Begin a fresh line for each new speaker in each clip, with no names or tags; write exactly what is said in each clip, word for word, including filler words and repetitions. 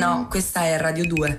No, questa è Radio due.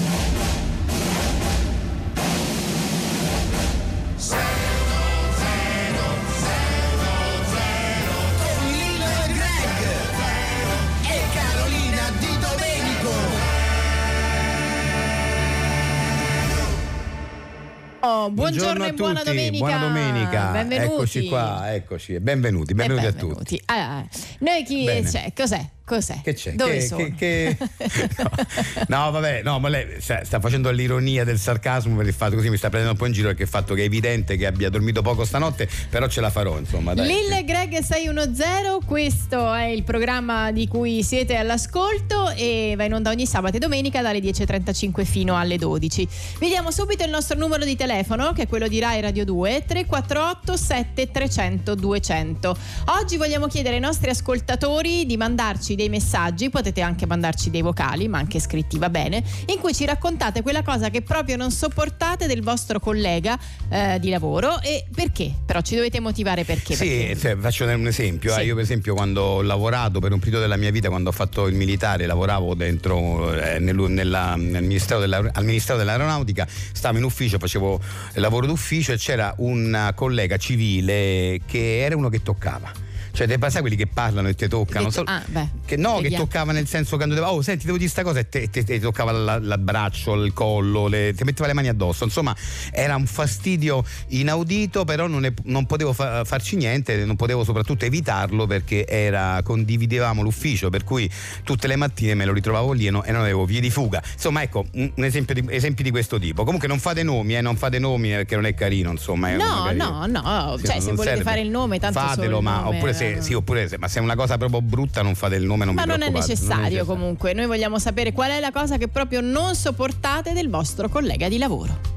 Oh, buongiorno, buongiorno e buona domenica.
Buona domenica.
Benvenuti.
Eccoci qua, eccoci. Benvenuti, benvenuti,
e
benvenuti
a tutti.
tutti.
Allora, noi chi
Bene.
c'è? Cos'è? Cos'è?
Che c'è?
Dove
che,
sono?
Che, che... No. no, vabbè, no, ma lei sta, sta facendo l'ironia del sarcasmo per il fatto, così mi sta prendendo un po' in giro, perché il fatto che è evidente che abbia dormito poco stanotte, però ce la farò, insomma. Dai.
Lil Greg sei uno zero, questo è il programma di cui siete all'ascolto e va in onda ogni sabato e domenica dalle dieci e trentacinque fino alle dodici. Vediamo subito il nostro numero di telefono, che è quello di Rai Radio due, tre quattro otto sette trecento duecento. Oggi vogliamo chiedere ai nostri ascoltatori di mandarci dei messaggi, potete anche mandarci dei vocali, ma anche scritti va bene, in cui ci raccontate quella cosa che proprio non sopportate del vostro collega eh, di lavoro e perché, però ci dovete motivare perché.
Sì,
perché.
Cioè, faccio un esempio.
Sì.
Eh, io per esempio quando ho lavorato per un periodo della mia vita, quando ho fatto il militare, lavoravo dentro eh, nel, nella, nel ministero della, al Ministero dell'Aeronautica, stavo in ufficio, facevo lavoro d'ufficio e c'era un collega civile che era uno che toccava. Cioè, dei passati quelli che parlano e ti toccano.
Che to- ah, beh,
che no,
vediamo.
Che toccava nel senso che doveva, oh, senti, devo dire sta cosa, e te, te, te toccava l'abbraccio, il collo, le, ti metteva le mani addosso. Insomma, era un fastidio inaudito, però non, è, non potevo fa, farci niente, non potevo soprattutto evitarlo perché era, condividevamo l'ufficio, per cui tutte le mattine me lo ritrovavo lì e, no, e non avevo vie di fuga. Insomma, ecco, un, un esempio di, esempi di questo tipo. Comunque non fate nomi, eh, non fate nomi perché non è carino, insomma. È
No,
carino.
no, no,
Sì,
cioè
non
se volete
serve.
fare il nome, tanto
fatelo,
solo il
ma
nome,
oppure se,
eh.
sì, oppure se, ma se è una cosa proprio brutta non fate il nome, non
Ma
vi
non è,
preoccupate,
necessario,
non è necessario
comunque. Noi vogliamo sapere qual è la cosa che proprio non sopportate del vostro collega di lavoro.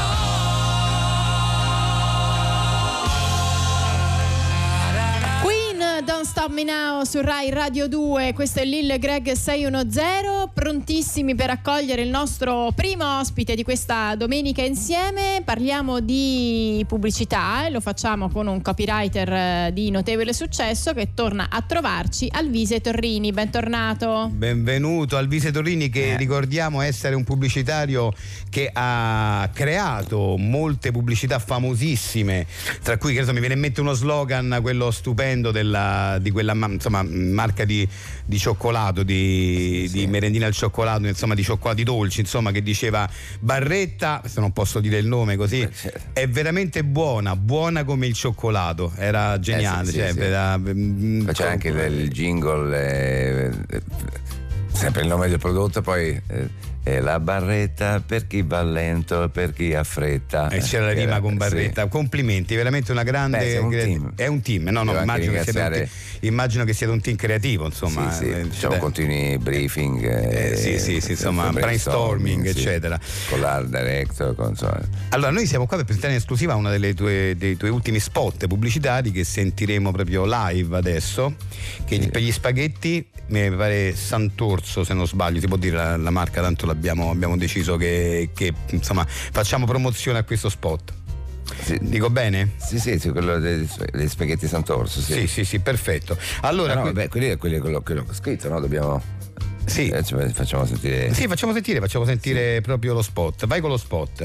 Don't Stop Me Now su Rai Radio due. Questo è Lil Greg sei uno zero, prontissimi per accogliere il nostro primo ospite di questa domenica insieme. Parliamo di pubblicità e lo facciamo con un copywriter di notevole successo che torna a trovarci, Alvise Torrini. Bentornato.
Benvenuto Alvise Torrini, che eh. ricordiamo essere un pubblicitario che ha creato molte pubblicità famosissime, tra cui, credo, mi viene in mente uno slogan, quello stupendo della di quella, insomma, marca di, di cioccolato, di, sì. di merendina al cioccolato, insomma, di cioccolati dolci, insomma, che diceva Barretta, se non posso dire il nome così, è veramente buona, buona come il cioccolato. Era geniale, eh sì, sì,
cioè,
sì.
Era, faceva anche il jingle, eh, sempre il nome del prodotto, poi eh, è la barretta per chi va lento, per chi ha fretta.
E c'era la rima
Era,
con Barretta. Sì. Complimenti, veramente una grande.
Beh, è un team.
È un team, no, no, immagino che, siate un team, immagino che siate un team creativo, insomma.
Sì, sì.
Eh,
Facciamo continui briefing,
eh,
eh,
sì, sì, sì, insomma, brainstorming, sì, eccetera.
Con l'art director, con insomma.
Allora, noi siamo qua per presentare in esclusiva una delle tue, dei tuoi ultimi spot pubblicitari che sentiremo proprio live adesso. Che sì. Per gli spaghetti, mi pare Sant'Orso, se non sbaglio, si può dire la, la marca, tanto l'abbiamo abbiamo deciso che, che insomma facciamo promozione a questo spot. Sì. Dico bene?
Sì, sì, sì, quello dei, dei spaghetti Sant'Orso. Sì,
sì, sì, sì, perfetto. Allora,
no,
qui...
beh, quelli è quelli, quello che ho scritto, no? Dobbiamo.
Sì.
Eh, facciamo sentire.
Sì, facciamo sentire, facciamo sentire sì. proprio lo spot. Vai con lo spot.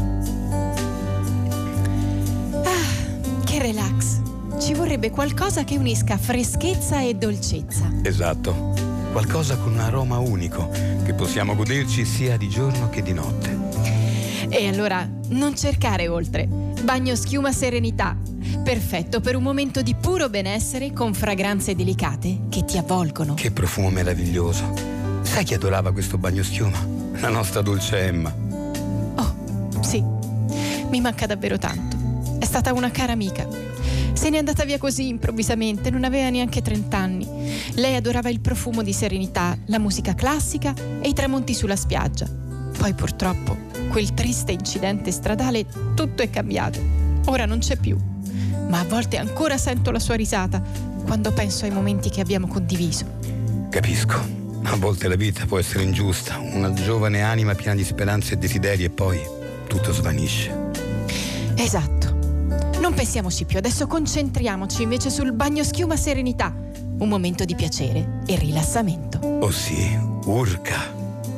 Ah, che relax. Ci vorrebbe qualcosa che unisca freschezza e dolcezza.
Esatto. Qualcosa con un aroma unico che possiamo goderci sia di giorno che di notte.
E allora non cercare oltre. Bagno schiuma Serenità, perfetto per un momento di puro benessere con fragranze delicate che ti avvolgono.
Che profumo meraviglioso. Sai chi adorava questo bagno schiuma? La nostra dolce Emma.
Oh, sì, mi manca davvero tanto. È stata una cara amica. Se n'è andata via così improvvisamente, non aveva neanche trent'anni. Lei adorava il profumo di Serenità, la musica classica e i tramonti sulla spiaggia. Poi purtroppo, quel triste incidente stradale, tutto è cambiato. Ora non c'è più. Ma a volte ancora sento la sua risata quando penso ai momenti che abbiamo condiviso.
Capisco. A volte la vita può essere ingiusta. Una giovane anima piena di speranze e desideri e poi tutto svanisce.
Esatto. Non pensiamoci più, adesso concentriamoci invece sul bagno schiuma Serenità, un momento di piacere e rilassamento.
Oh sì, Urca.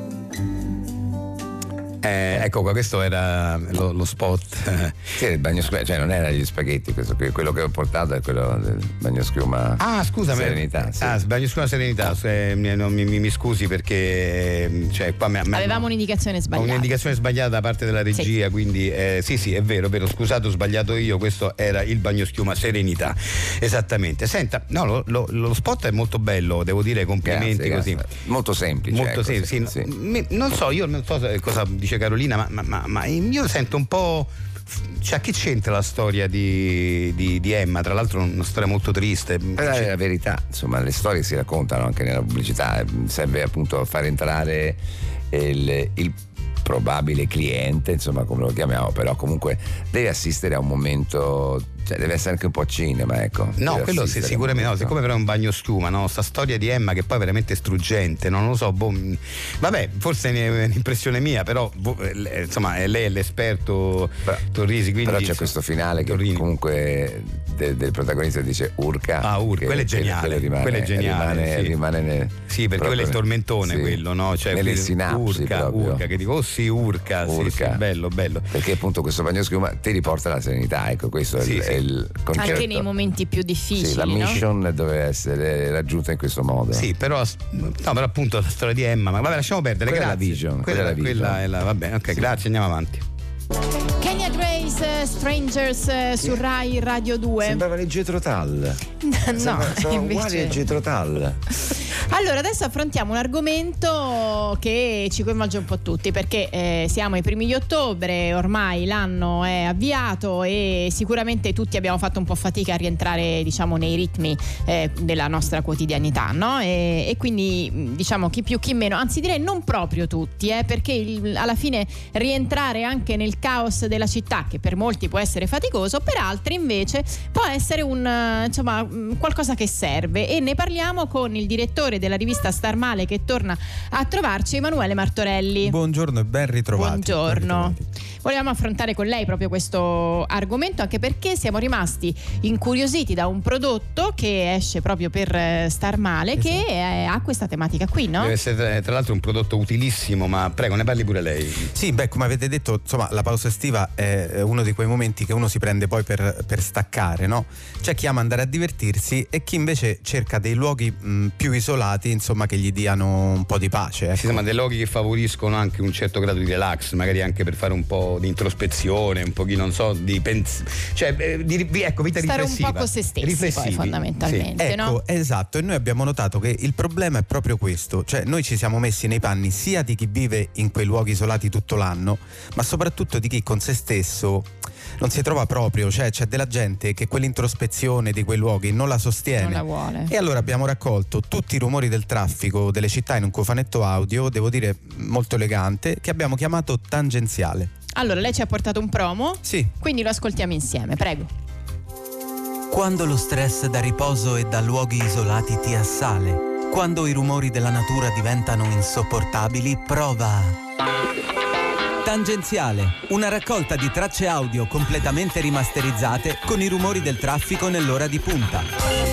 Eh, ecco qua, questo era lo, lo spot.
Sì, il bagnoschiuma, cioè non era gli spaghetti, questo, quello che ho portato è quello del bagnoschiuma.
Ah, scusami.
Serenità. Sì.
Ah, bagnoschiuma Serenità. Se, mi, no, mi, mi scusi perché cioè, qua mi, mi,
avevamo un'indicazione sbagliata.
Un'indicazione sbagliata da parte della regia, sì. Quindi eh, sì, sì, è vero, è vero, scusate, ho sbagliato io. Questo era il bagnoschiuma Serenità. Esattamente. Senta, no, lo, lo, lo spot è molto bello, devo dire, complimenti.
Grazie,
così.
Grazie. Molto semplice.
Molto
ecco,
semplice.
Sì, sì.
Mi, non so, io non so cosa dice Carolina, ma, ma, ma, ma io sento un po'. Cioè, che c'entra la storia di, di, di Emma? Tra l'altro una storia molto triste.
Però è la verità, insomma, le storie si raccontano anche nella pubblicità, serve appunto a far entrare il, il probabile cliente, insomma, come lo chiamiamo, però comunque deve assistere a un momento, cioè deve essere anche un po' cinema, ecco.
No, quello sì, sicuramente no, siccome però è un bagnoschiuma, no? Sta storia di Emma che poi è veramente struggente, no? Non lo so, boh, vabbè, forse è un'impressione mia, però boh, insomma lei è l'esperto però, Torrisi, quindi
però c'è questo finale che Torrini. Comunque del, del protagonista dice Urca.
Ah, Urca, quello è geniale,
rimane,
quello è geniale,
rimane,
sì.
rimane nel,
sì, perché quello è il tormentone, sì, quello, no? Cioè,
nelle sinapsi
Urca,
proprio.
Urca, che dico, oh sì, Urca, Urca. Sì, sì, bello, bello.
Perché appunto questo bagnoschiuma ti riporta alla serenità, ecco, questo sì, è, il, sì. è il concetto.
Anche nei momenti più difficili.
Sì, la mission
no?
deve essere raggiunta in questo modo.
Sì, però, no, però appunto la storia di Emma, ma vabbè, lasciamo perdere.
Quella
grazie.
è la vision.
Quella,
quella,
quella,
vision.
è la, va bene, ok, sì. Grazie, andiamo avanti.
Kenya Grace, Strangers eh, su Rai Radio due.
Sembrava le Jethro Tull.
No,
sono
invece...
uguali a Jethro Tull.
Allora, adesso affrontiamo un argomento che ci coinvolge un po' tutti, perché eh, siamo ai primi di ottobre, ormai l'anno è avviato e sicuramente tutti abbiamo fatto un po' fatica a rientrare, diciamo, nei ritmi eh, della nostra quotidianità, no? E, e quindi, diciamo, chi più chi meno, anzi direi non proprio tutti, eh, perché il, alla fine rientrare anche nel caos della città, che per molti può essere faticoso, per altri invece può essere un, insomma, qualcosa che serve, e ne parliamo con il direttore della rivista Star Male che torna a trovarci, Emanuele Martorelli.
Buongiorno e ben ritrovati.
Buongiorno.
Ben ritrovati.
Volevamo affrontare con lei proprio questo argomento, anche perché siamo rimasti incuriositi da un prodotto che esce proprio per Star Male, esatto, che è, ha questa tematica qui, no?
Deve essere tra l'altro un prodotto utilissimo, ma prego, ne parli pure lei.
Sì, beh, come avete detto, insomma, la pausa estiva è uno di quei momenti che uno si prende poi per, per staccare, no? C'è chi ama andare a divertirsi e chi invece cerca dei luoghi mh, più isolati, insomma, che gli diano un po' di pace. Ecco.
Sì, insomma, dei luoghi che favoriscono anche un certo grado di relax, magari anche per fare un po' di introspezione, un pochino, non so, di pensiero, cioè eh, di, ecco, vita
stare
riflessiva.
un po' con se stessi, poi, fondamentalmente,
sì. Ecco,
no?
Esatto, e noi abbiamo notato che il problema è proprio questo, cioè noi ci siamo messi nei panni sia di chi vive in quei luoghi isolati tutto l'anno, ma soprattutto di chi con se stesso non si trova proprio, cioè c'è della gente che quell'introspezione di quei luoghi non la sostiene,
non la vuole.
E allora abbiamo raccolto tutti i rumori del traffico delle città in un cofanetto audio, devo dire molto elegante, che abbiamo chiamato Tangenziale.
Allora, lei ci ha portato un promo?
Sì.
Quindi lo ascoltiamo insieme, prego.
Quando lo stress da riposo e da luoghi isolati ti assale, quando i rumori della natura diventano insopportabili, prova Tangenziale, una raccolta di tracce audio completamente rimasterizzate con i rumori del traffico nell'ora di punta.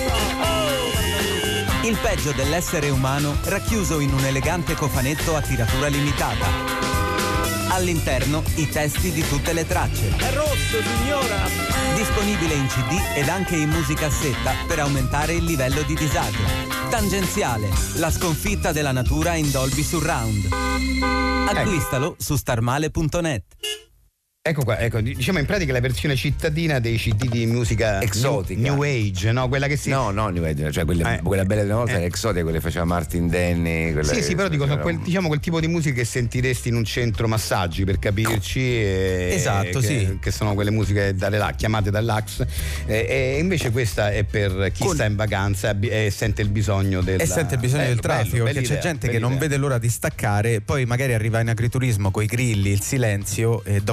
Il peggio dell'essere umano racchiuso in un elegante cofanetto a tiratura limitata. All'interno i testi di tutte le tracce.
È rosso, signora!
Disponibile in C D ed anche in musicassetta per aumentare il livello di disagio. Tangenziale, la sconfitta della natura in Dolby Surround. Acquistalo su starmale punto net.
Ecco qua, ecco, diciamo in pratica la versione cittadina dei C D di musica
esotica,
New, new Age, no? Quella che si...
No, no, New Age, cioè quelle, eh, quella bella di una volta, eh. esotica, quelle che faceva Martin Denny.
Sì, sì, però dico, sono quel, diciamo quel tipo di musica che sentiresti in un centro massaggi, per capirci. E,
esatto,
che,
sì.
Che sono quelle musiche da relax, chiamate da relax. E, e invece questa è per chi Con... sta in vacanza e sente il bisogno del...
E sente il bisogno bello, del traffico, bello, perché c'è gente che non
idea.
vede l'ora di staccare, poi magari arriva in agriturismo coi grilli, il silenzio, e dopo due minuti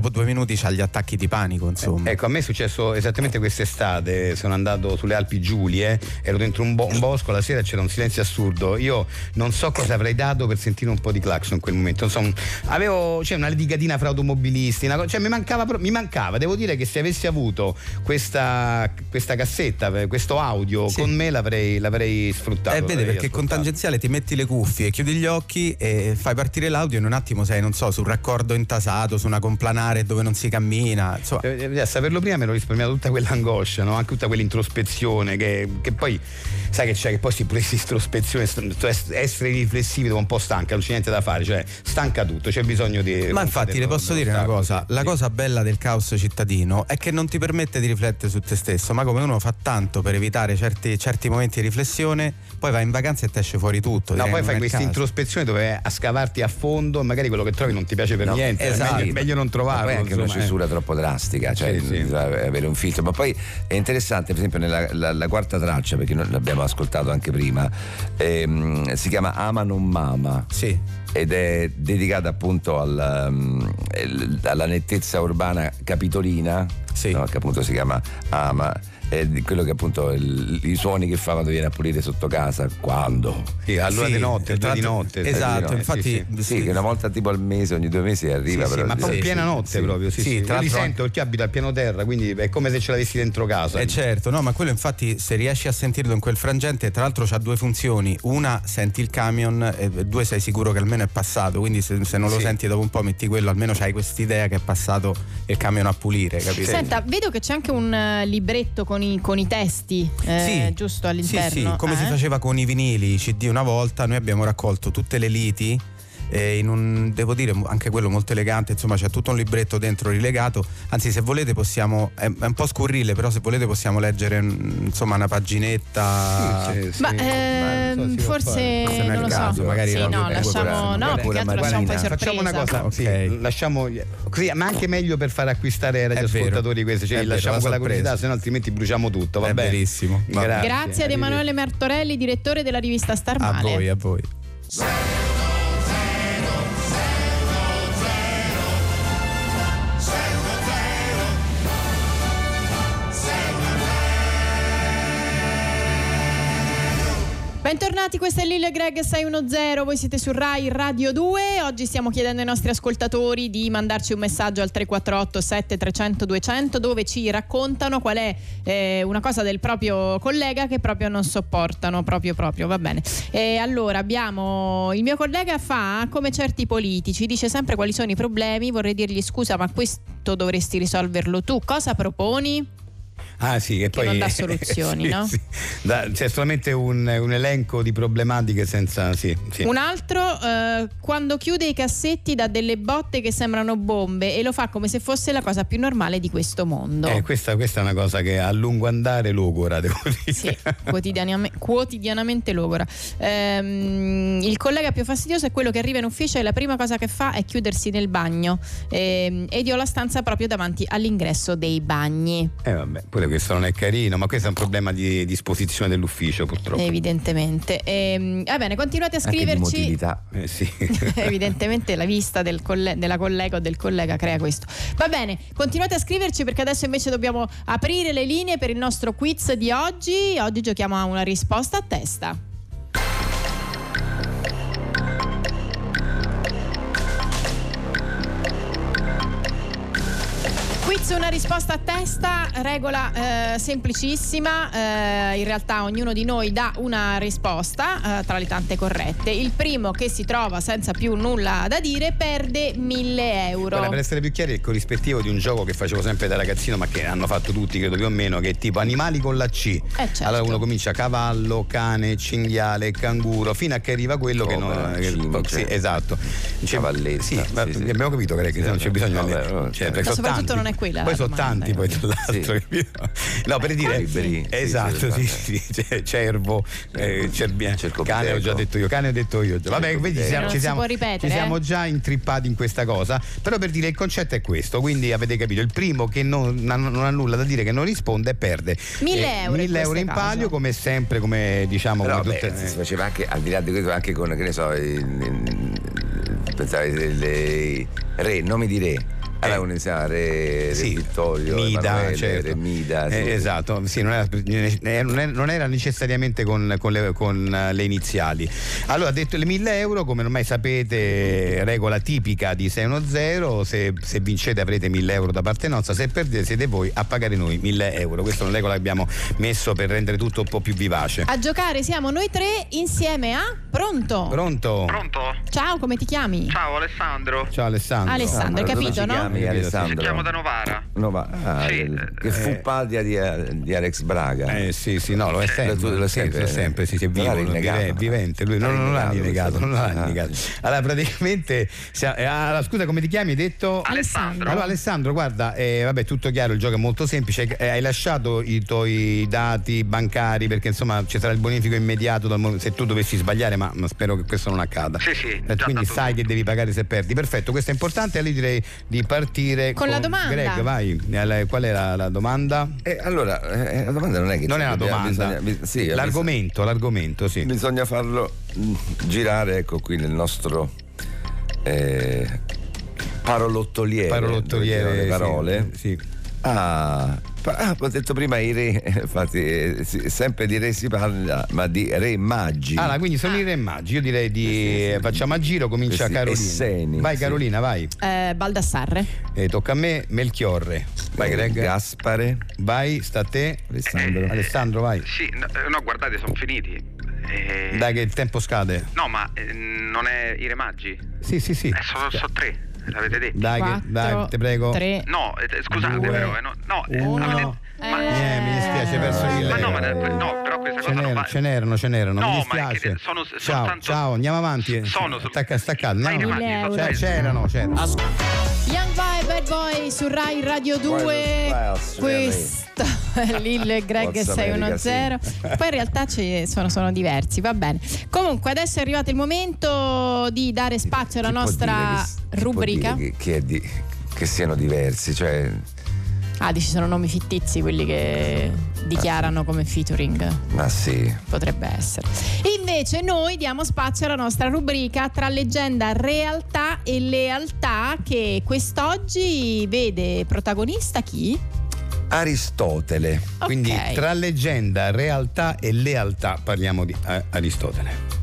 minuti c'ha gli attacchi di panico, insomma.
Eh, ecco, a me è successo esattamente quest'estate, sono andato sulle Alpi Giulie, ero dentro un, bo- un bosco, la sera c'era un silenzio assurdo, io non so cosa avrei dato per sentire un po' di clacson in quel momento, insomma, avevo c'è cioè, una litigatina fra automobilisti, una co- cioè mi mancava, mi mancava, devo dire che se avessi avuto questa, questa cassetta, questo audio sì. con me l'avrei, l'avrei sfruttato.
Eh, vede, perché con tangenziale ti metti le cuffie, chiudi gli occhi e fai partire l'audio, in un attimo sei, non so, sul raccordo intasato, su una complanare dove non si cammina, insomma.
Eh, a saperlo prima mi ero risparmiato tutta quell'angoscia, no? Anche tutta quell'introspezione che, che poi sai che c'è, che poi si pure introspezione, essere riflessivi dopo un po' stanca, non c'è niente da fare, cioè stanca tutto, c'è bisogno di.
Ma infatti le posso dire una cosa, la cosa bella del caos cittadino è che non ti permette di riflettere su te stesso, ma come uno fa tanto per evitare certi, certi momenti di riflessione, poi vai in vacanza e ti esce fuori tutto.
No, poi fai questa introspezione dove vai a scavarti a fondo e magari quello che trovi non ti piace per no, niente, esatto. meglio, meglio non trovarlo.
Ma poi è anche insomma, una cesura eh. troppo drastica, cioè sì, sì. avere un filtro. Ma poi è interessante, per esempio, nella la, la quarta traccia, perché noi l'abbiamo ascoltato anche prima, ehm, si chiama Ama non Mama.
Sì.
Ed è dedicata appunto al, um, alla nettezza urbana capitolina, sì. no, che appunto si chiama Ama. È quello che appunto il, i suoni che fa quando viene a pulire sotto casa, quando
sì, all'ora sì, di notte, due di notte,
esatto,
di notte.
Infatti
sì,
sì. sì, che una volta tipo al mese, ogni due mesi arriva,
sì,
però,
sì, ma poi
sì,
piena notte
sì,
proprio sì,
sì,
sì.
Tra
io li
l'altro
sento perché abito al piano terra, quindi è come se ce l'avessi dentro casa.
Eh certo, no, ma quello infatti se riesci a sentirlo in quel frangente, tra l'altro c'ha due funzioni, una senti il camion e due sei sicuro che almeno è passato, quindi se, se non lo sì. senti dopo un po' metti quello, almeno c'hai quest'idea che è passato il camion a pulire, capito?
Senta, vedo che c'è anche un uh, libretto con i, con i testi eh, sì. giusto all'interno.
Sì, sì, come
eh?
si faceva con i vinili, i C D una volta, noi abbiamo raccolto tutte le liti eh, in un, devo dire, anche quello molto elegante, insomma c'è tutto un libretto dentro rilegato, anzi se volete possiamo, è, è un po' scurrile, però se volete possiamo leggere insomma una paginetta.
Sì, sì, sì. Ma ehm, so, forse, forse non lo
caso,
so,
magari
sì, no,
no,
lasciamo, no, più che altro lasciamo un po' sorpresa.
Facciamo una cosa,
okay.
sì, lasciamo così, ma anche meglio per far acquistare ai radioascoltatori questi, cioè lasciamo quella curiosità, se no altrimenti bruciamo tutto, va
è
bene?
Benissimo.
Grazie, Grazie ad Emanuele Martorelli, direttore della rivista Star Male.
A voi, a voi.
Bentornati, questa è Lillo e Greg sei uno zero, voi siete su Rai Radio due. Oggi stiamo chiedendo ai nostri ascoltatori di mandarci un messaggio al tre quattro otto sette tre zero zero due zero zero dove ci raccontano qual è eh, una cosa del proprio collega che proprio non sopportano, proprio proprio, va bene. E allora abbiamo, il mio collega fa come certi politici, dice sempre quali sono i problemi, vorrei dirgli scusa ma questo dovresti risolverlo tu, cosa proponi?
Ah sì, e
che
poi
non dà soluzioni, sì, no?
Sì. Da, c'è solamente un, un elenco di problematiche senza sì, sì.
Un altro eh, quando chiude i cassetti dà delle botte che sembrano bombe e lo fa come se fosse la cosa più normale di questo mondo.
Eh, questa, questa è una cosa che a lungo andare logora, devo dire.
Sì, quotidianamente, quotidianamente logora. Ehm, il collega più fastidioso è quello che arriva in ufficio e la prima cosa che fa è chiudersi nel bagno ehm, ed io ho la stanza proprio davanti all'ingresso dei bagni.
Eh vabbè, pure questo non è carino, ma questo è un problema di disposizione dell'ufficio purtroppo.
Evidentemente. E, va bene, continuate a scriverci.
Eh, sì.
Evidentemente la vista del coll- della collega o del collega crea questo. Va bene, continuate a scriverci perché adesso invece dobbiamo aprire le linee per il nostro quiz di oggi. Oggi giochiamo a una risposta a testa. Quiz una risposta a testa, regola eh, semplicissima, eh, in realtà ognuno di noi dà una risposta eh, tra le tante corrette. Il primo che si trova senza più nulla da dire perde mille euro.
Guarda, per essere più chiari, è il corrispettivo di un gioco che facevo sempre da ragazzino, ma che hanno fatto tutti, credo più o meno, che è tipo animali con la C.
Eh, certo.
Allora uno comincia cavallo, cane, cinghiale, canguro, fino a che arriva quello oh, che non
beh,
che,
cinque,
sì, esatto.
Cavalletta.
Sì,
sì,
ma
sì.
abbiamo capito che non c'è bisogno
no,
di
no,
cioè,
ma soprattutto tanti. Non è quella.
Poi sono tanti poi tra l'altro,
sì.
No, per dire
Liberi,
esatto,
sì,
sì, sì, sì, cervo, eh, cervia, cane ho già detto io, cane ho detto io. Vabbè, vedi, siamo, ci, siamo,
ripetere,
ci
eh?
siamo già intrippati in questa cosa, però per dire il concetto è questo, quindi avete capito, il primo che non, non ha nulla da dire, che non risponde, perde
mille euro,
mille euro in palio, come sempre, come diciamo.
Però,
come
beh,
tutte,
si faceva anche, al di là di questo, anche con, che ne so, il, il, pensare le re, nomi di re. Allora, un esame, Re, Re
sì,
Vittorio,
Mida,
Emanuele,
certo.
Re Mida, sì.
Eh, esatto, sì, non era, non era, non era necessariamente con, con, le, con le iniziali. Allora, detto le mille euro, come ormai sapete, regola tipica di sei uno zero, se, se vincete avrete mille euro da parte nostra, se perdete siete voi a pagare noi mille euro. Questa è una regola che abbiamo messo per rendere tutto un po' più vivace.
A giocare siamo noi tre insieme a Pronto?
Pronto?
Pronto?
Ciao, come ti chiami?
Ciao Alessandro.
Ciao Alessandro.
Alessandro, hai
Dove
capito,
ci
no?
chiami,
Capito,
Alessandro?
Ti chiamo da Novara.
Nova- ah,
Sì,
il- che
eh,
fu padre di, di Alex Braga.
Eh sì, sì, no, lo è sempre,
Lo- lo- lo sempre,
sempre, sempre, sì, sì, è
non
vivo,
l'ha
è
rinnegato.
vive- è vivente, lui non,
L'ha
non l'ha
rinnegato,
rinnegato, non l'ha
ah.
rinnegato. Allora, praticamente, sia- eh, allora, scusa, come ti chiami? Hai detto?
Alessandro.
Allora, Alessandro, guarda, eh, vabbè, tutto chiaro, il gioco è molto semplice. Eh, hai lasciato i tuoi dati bancari perché insomma ci sarà il bonifico immediato dal mo- se tu dovessi sbagliare, ma, ma spero che questo non accada.
Sì, sì,
Eh,
già
quindi
dato
sai
tutto.
che devi pagare se perdi. Perfetto, questo è importante. Allora direi di partire
Con la domanda.
Greg, vai. Eh, Qual è la, la domanda?
Eh, allora, eh, la domanda non è che
Non è una
bisogna-
domanda.
bisogna- bi- sì,
l'argomento, l'argomento, sì.
bisogna farlo mm, girare, ecco qui nel nostro eh, parolottoliere,
Parolottoliere,
dove girano le parole.
sì, sì.
Ah, pa- ah, ho detto prima i re, infatti eh, sì, sempre di re si parla, ma di re maggi.
Allora, quindi sono i re maggi. Io direi di eh, facciamo a giro, comincia
Questi
Carolina.
Esseni,
vai
sì.
Carolina, vai.
Eh, Baldassarre.
Eh, tocca a me, Melchiorre. Vai
Eh,
Greg.
Gaspare,
Vai, sta a te.
Alessandro.
Alessandro, vai.
Sì, no, eh, no, guardate, sono finiti. Eh,
Dai che il tempo scade.
No, ma eh, non è i Re Maggi?
Sì, sì, sì.
Eh, sono so tre, l'avete detto.
Dai, che,
Quattro,
dai, ti prego.
tre.
No, eh, scusate
Due,
però, eh, no, no, eh,
uno.
avete- ma,
Eh, mi dispiace, perso il
ma no, ma no, però questa
Ce,
cosa non
n'erano,
va.
ce n'erano, ce n'erano,
No,
mi
ma è
dispiace.
che sono
ciao,
soltanto-
ciao, andiamo avanti.
Sono sol-
Attacca, staccato.
Ma
Andiamo
i
avanti.
rimasti
Cioè,
sono-
c'erano, c'erano.
Young Boy Bad Boy su Rai Radio due.
Styles,
Questo è Lil Greg
Forza
sei uno zero.
America,
Poi in realtà ci sono, sono diversi, va bene. Comunque adesso è arrivato il momento di dare spazio alla
Chi può
nostra
dire che- chi può
rubrica.
dire Che, che, è di- che siano diversi, cioè
Ah, dici sono nomi fittizi quelli che dichiarano come featuring.
ma sì.
Potrebbe essere. Invece noi diamo spazio alla nostra rubrica tra leggenda, realtà e lealtà, che quest'oggi vede protagonista chi?
Aristotele.
Quindi
Ok.
tra leggenda, realtà e lealtà parliamo di eh, Aristotele.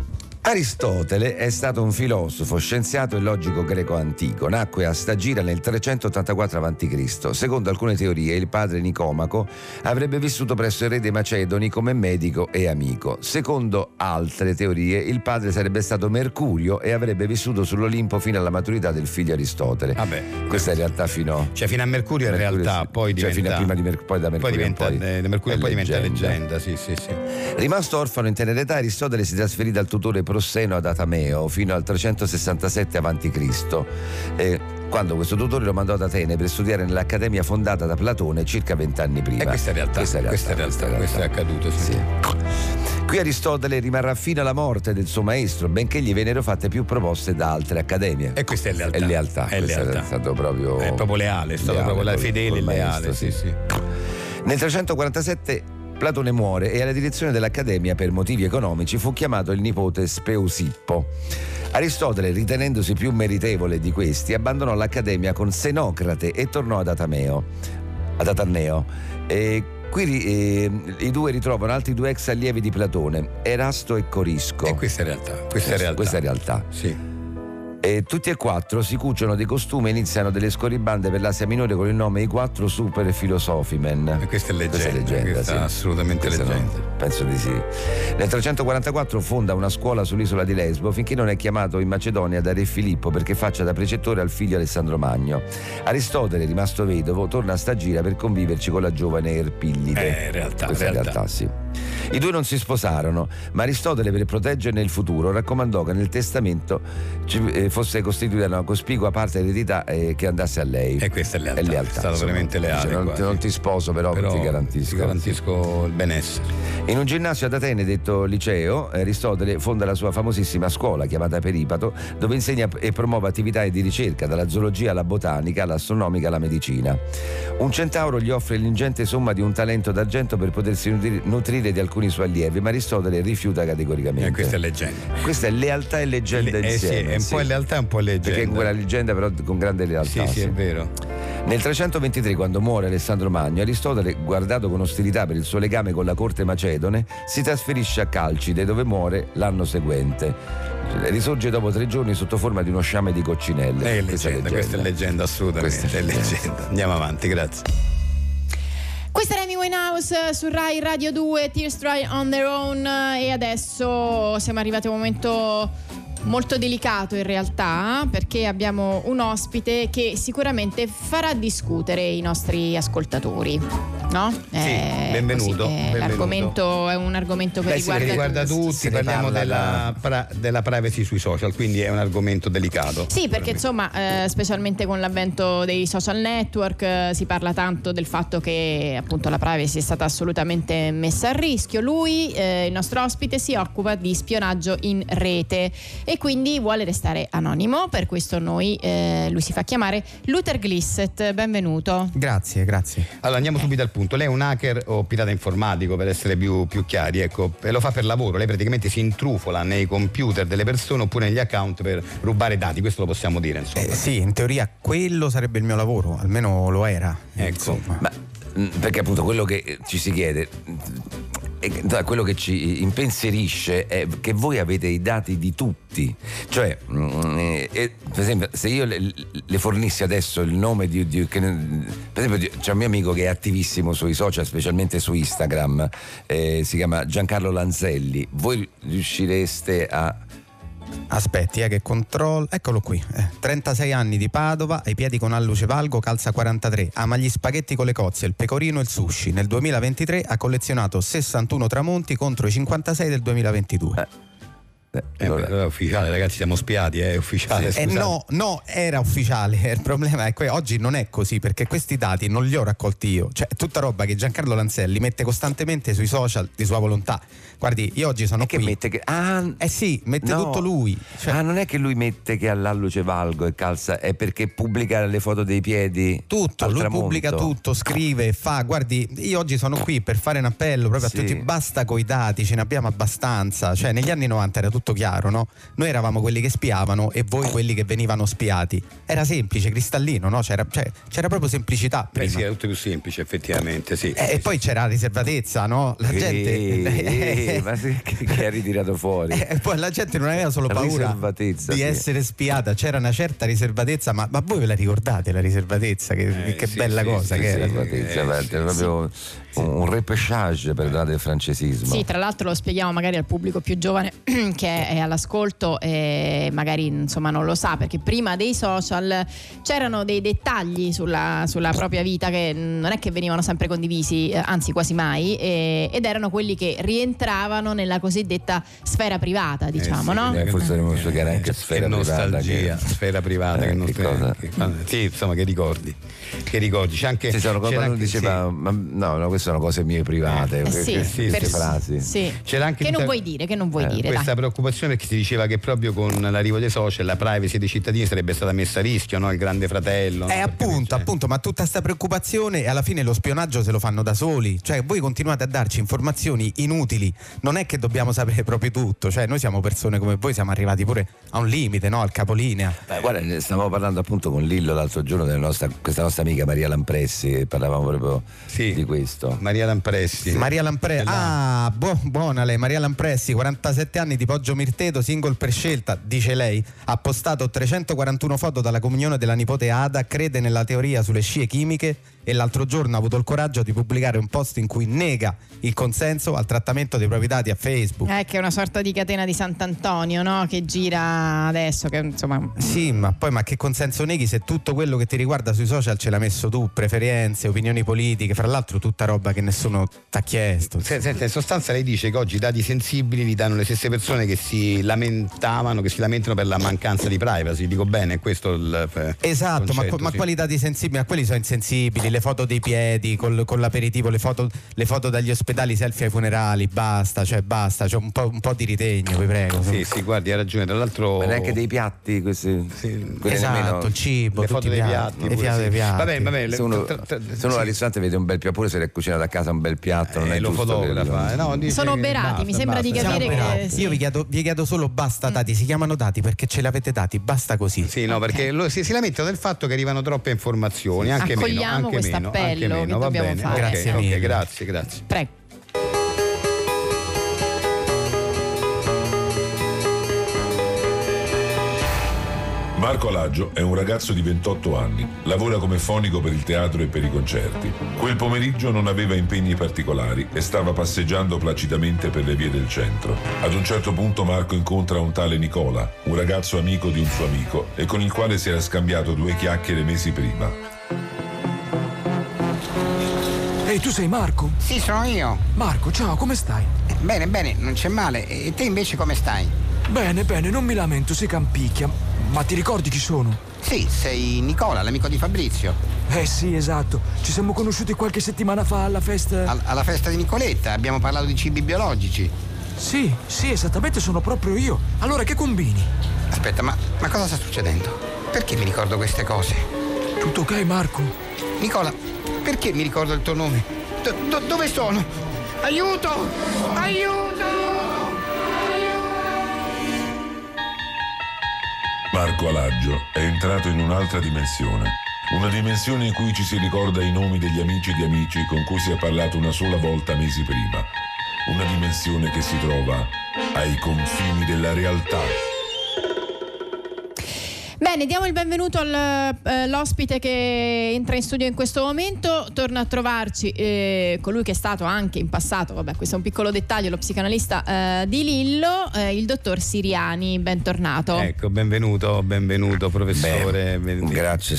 Aristotele è stato un filosofo, scienziato e logico greco antico. Nacque a Stagira nel trecentottantaquattro avanti Cristo Secondo alcune teorie, il padre Nicomaco avrebbe vissuto presso il re dei Macedoni come medico e amico. Secondo altre teorie, il padre sarebbe stato Mercurio e avrebbe vissuto sull'Olimpo fino alla maturità del figlio Aristotele.
Vabbè.
Questa in realtà fino
Cioè fino a Mercurio,
Mercurio,
in realtà,
sì.
poi
Cioè,
diventa
fino a prima di Mer- poi da Mercurio
poi diventa,
in poi
eh, da Mercurio
è
poi diventa
leggenda.
leggenda, sì, sì, sì.
Rimasto orfano in tenera età, Aristotele si trasferì dal tutore Prosseno ad Atameo fino al trecentosessantasette avanti Cristo Eh, quando questo tutore lo mandò ad Atene per studiare nell'accademia fondata da Platone circa vent'anni prima.
E questa è realtà,
Questa è realtà,
questa è realtà, questo è accaduto, sì.
Sì. Qui Aristotele rimarrà fino alla morte del suo maestro, benché gli vennero fatte più proposte da altre accademie.
E questa è lealtà.
È lealtà,
È
questo
lealtà.
È stato proprio,
È proprio leale, è stato
leale
proprio
col-
fedele e
col
leale,
maestro,
sì, sì.
Nel trecentoquarantasette Platone muore e alla direzione dell'accademia, per motivi economici, fu chiamato il nipote Speusippo. Aristotele, ritenendosi più meritevole di questi, abbandonò l'accademia con Senocrate e tornò ad Atameo, ad Ataneo. E qui eh, i due ritrovano altri due ex allievi di Platone, Erasto e Corisco.
E questa è realtà, questa è realtà.
Questa è realtà.
Sì.
E tutti e quattro si cuciono dei costumi e iniziano delle scorribande per l'Asia Minore con il nome I Quattro Super Filosofimen.
E questa è leggenda,
Questa è leggenda,
questa
sì.
è assolutamente
Questa no,
leggenda.
penso di sì. Nel trecentoquarantaquattro fonda una scuola sull'isola di Lesbo finché non è chiamato in Macedonia da re Filippo perché faccia da precettore al figlio Alessandro Magno. Aristotele, rimasto vedovo, torna a Stagira per conviverci con la giovane Erpillide.
Eh, realtà,
Questa è
realtà.
realtà, sì. I due non si sposarono, ma Aristotele, per proteggerne il futuro, raccomandò che nel testamento ci, eh, fosse costituita una cospicua parte dell'eredità eh, che andasse a lei.
E questa è lealtà.
È lealtà,
È stato
insomma.
veramente leale.
Dice, non,
quasi.
non ti sposo, però,
Però
ti garantisco.
ti garantisco il benessere.
In un ginnasio ad Atene detto liceo, Aristotele fonda la sua famosissima scuola chiamata Peripato, dove insegna e promuove attività di ricerca, dalla zoologia alla botanica, all'astronomica alla medicina. Un centauro gli offre l'ingente somma di un talento d'argento per potersi nutrire, nutrire di alcuni alcuni suoi allievi, ma Aristotele rifiuta categoricamente.
Eh, questa è leggenda.
Questa è lealtà e leggenda
Le- eh,
insieme.
sì, è un
sì.
po' in realtà è un po' leggenda.
Perché è quella leggenda però con grande lealtà.
Sì, sì, è vero.
Nel trecentoventitré, quando muore Alessandro Magno, Aristotele, guardato con ostilità per il suo legame con la corte macedone, si trasferisce a Calcide, dove muore l'anno seguente. Risorge dopo tre giorni sotto forma di uno sciame di coccinelle.
È leggenda, questa è leggenda, assolutamente.
Questa
È leggenda. Andiamo avanti, grazie.
Questa è Amy Winehouse su Rai Radio due, Tears Dry on Their Own, e adesso siamo arrivati a un momento molto delicato in realtà, perché abbiamo un ospite che sicuramente farà discutere i nostri ascoltatori, no?
Sì,
Eh,
benvenuto,
così, eh,
benvenuto.
L'argomento è un argomento che
Beh, sì,
riguarda,
che riguarda tutti,
Se ne
parliamo
parla
della, pra- della privacy sui social, quindi è un argomento delicato.
Sì, perché insomma, eh, specialmente con l'avvento dei social network, eh, si parla tanto del fatto che appunto la privacy è stata assolutamente messa a rischio. Lui, eh, il nostro ospite, si occupa di spionaggio in rete e quindi vuole restare anonimo. Per questo noi, eh, lui si fa chiamare Luther Glisset. Benvenuto.
Grazie, grazie.
Allora andiamo subito al punto. Lei è un hacker o pirata informatico, per essere più, più chiari, ecco, e lo fa per lavoro. Lei praticamente si intrufola nei computer delle persone oppure negli account per rubare dati, questo lo possiamo dire, insomma.
Eh, sì, in teoria quello sarebbe il mio lavoro, almeno lo era.
Ecco.
Insomma.
Ma mh, perché appunto quello che ci si chiede, e quello che ci impensierisce è che voi avete i dati di tutti, cioè eh, eh, per esempio se io le, le fornissi adesso il nome di, di che, per esempio c'è un mio amico che è attivissimo sui social, specialmente su Instagram, eh, si chiama Giancarlo Lanzelli, voi riuscireste a
Aspetti, eh, che controllo. Eccolo qui. Eh, trentasei anni di Padova, ai piedi con alluce valgo, calza quarantatré, ama gli spaghetti con le cozze, il pecorino e il sushi. Nel duemilaventitré ha collezionato sessantuno tramonti contro i cinquantasei del duemilaventidue.
eh,
Eh,
allora,
beh, è ufficiale, ragazzi, siamo spiati, è ufficiale.
Eh,
scusate.
no, no, era ufficiale. Il problema è che oggi non è così, perché questi dati non li ho raccolti io. Cioè, è tutta roba che Giancarlo Lanzelli mette costantemente sui social di sua volontà. Guardi, io oggi sono
che
qui.
mette che ah,
Eh sì, mette
no.
tutto lui. Cioè,
ah, non è che lui mette che all'alluce valgo e calza, è perché pubblica le foto dei piedi
tutto,
al
lui
tramonto.
pubblica tutto, scrive, fa. Guardi, io oggi sono qui per fare un appello proprio
Sì.
a tutti. Basta coi dati, ce ne abbiamo abbastanza. Cioè, negli anni novanta era tutto chiaro, no? Noi eravamo quelli che spiavano e voi quelli che venivano spiati. Era semplice, cristallino, no? C'era, cioè, c'era proprio semplicità
Beh,
prima.
sì, era tutto più semplice, effettivamente, sì.
Eh, e poi c'era riservatezza, no? La
Eh,
gente.
eh, ma che, che ha ritirato fuori?
E poi la gente non aveva solo paura
Riservatezza,
di
sì.
essere spiata, c'era una certa riservatezza, ma, ma voi ve la ricordate la riservatezza? Che,
Eh,
che
sì,
bella
sì,
cosa
sì,
che
sì,
era.
Riservatezza,
Eh,
guarda,
sì,
è proprio un, un repechage, perdonate il francesismo.
Sì, tra l'altro lo spieghiamo magari al pubblico più giovane che è all'ascolto e magari insomma non lo sa, perché prima dei social c'erano dei dettagli sulla, sulla propria vita che non è che venivano sempre condivisi, eh, anzi quasi mai, e, ed erano quelli che rientravano nella cosiddetta sfera privata, diciamo,
sì,
no?
Eh, forse dovremmo spiegare anche
Che
sfera
nostalgia,
privata.
sfera privata,
Eh,
che non
che
te-
cosa?
che- sì, insomma, che ricordi. Che ricordi? C'è anche.
Ci sono cose
c'era
che
anche-
diceva, ma no, no, queste sono cose mie private,
Eh
que-
sì,
que-
sì,
per-
queste frasi.
sì.
C'era anche
Che non
tutta-
vuoi dire, che non vuoi
Eh,
dire,
questa
dai.
preoccupazione, perché si diceva che proprio con l'arrivo dei social la privacy dei cittadini sarebbe stata messa a rischio, no? Il grande fratello. no?
Eh,
Perché
appunto,
c'è-
appunto, ma tutta sta preoccupazione e alla fine lo spionaggio se lo fanno da soli. Cioè, voi continuate a darci informazioni inutili. Non è che dobbiamo sapere proprio tutto. Cioè, noi siamo persone come voi, siamo arrivati pure a un limite, no? Al capolinea.
Beh, guarda, ne stavamo parlando appunto con Lillo l'altro giorno della nostra, questa nostra amica Maria Lampressi, e parlavamo proprio
Sì.
di questo.
Maria Lampressi.
Maria Lampressi,
Della-
ah, buo- buona lei, Maria Lampressi, quarantasette anni, di Poggio Mirteto, single per scelta, dice lei. Ha postato trecentoquarantuno foto dalla comunione della nipote Ada, crede nella teoria sulle scie chimiche e l'altro giorno ha avuto il coraggio di pubblicare un post in cui nega il consenso al trattamento dei propri dati a Facebook.
Eh, che è una sorta di catena di Sant'Antonio, no? Che gira adesso, che insomma.
Sì, ma poi ma che consenso neghi se tutto quello che ti riguarda sui social ce l'hai messo tu, preferenze, opinioni politiche, fra l'altro tutta roba che nessuno t'ha chiesto.
Se- Senta, in sostanza lei dice che oggi i dati sensibili li danno le stesse persone che si lamentavano, che si lamentano per la mancanza di privacy. Dico bene, è questo il eh,
Esatto, ma,
concetto,
ma
sì.
quali dati sensibili? Ma quelli sono insensibili, le le foto dei piedi col, con l'aperitivo, le foto, le foto dagli ospedali, selfie ai funerali, basta, cioè basta, c'è un po', un po' di ritegno, vi prego.
Sì, sì, guardi, hai ragione, tra l'altro.
Ma neanche dei piatti, questi.
Sì,
esatto,
nemmeno...
il cibo,
le
tutti
foto dei piatti,
piatti, le
pure,
foto
sì.
dei piatti.
Vabbè, vabbè,
Se uno,
tra- tra-
se uno
sì.
al ristorante vede un bel piatto, pure se l'è cucinato a casa un bel piatto, non
Eh,
è
lo
giusto
fotografa,
che-
eh, no, dice
Sono
che
oberati,
basta,
mi sembra di
basta.
capire
Siamo
che-
operati.
sì.
Io vi chiedo, vi chiedo solo basta dati, si chiamano dati perché ce li avete dati, basta così.
Sì, no, perché lo- si, si lamentano del fatto che arrivano troppe informazioni, anche meno,
Accogliamo
anche
questo
meno,
appello
anche meno,
che
va
dobbiamo
bene.
fare.
Ok,
Grazie
ok,
mille.
grazie, grazie.
Prego.
Marco Alaggio è un ragazzo di ventotto anni, lavora come fonico per il teatro e per i concerti. Quel pomeriggio non aveva impegni particolari e stava passeggiando placidamente per le vie del centro. Ad un certo punto Marco incontra un tale Nicola, un ragazzo amico di un suo amico e con il quale si era scambiato due chiacchiere mesi prima.
Ehi, tu sei Marco?
Sì, sono io.
Marco, ciao, come stai?
Bene, bene, non c'è male. E te invece come stai?
Bene, bene, non mi lamento, si campicchia. Ma ti ricordi chi sono?
Sì, sei Nicola, l'amico di Fabrizio.
Eh sì, esatto. Ci siamo conosciuti qualche settimana fa alla festa.
Al- alla festa di Nicoletta abbiamo parlato di cibi biologici.
Sì, sì, esattamente, sono proprio io. Allora, che combini?
Aspetta, ma, ma cosa sta succedendo? Perché mi ricordo queste cose?
Tutto ok, Marco?
Nicola, perché mi ricordo il tuo nome? Do- do- dove sono? Aiuto! Aiuto!
Marco Alaggio è entrato in un'altra dimensione. Una dimensione in cui ci si ricorda i nomi degli amici di amici con cui si è parlato una sola volta mesi prima. Una dimensione che si trova ai confini della realtà.
Bene, diamo il benvenuto all'ospite eh, che entra in studio in questo momento. Torna a trovarci eh, colui che è stato anche in passato, vabbè, questo è un piccolo dettaglio, lo psicanalista eh, di Lillo, eh, il dottor Siriani. Bentornato.
Ecco, benvenuto, benvenuto professore.
Beh,
Ben-
grazie,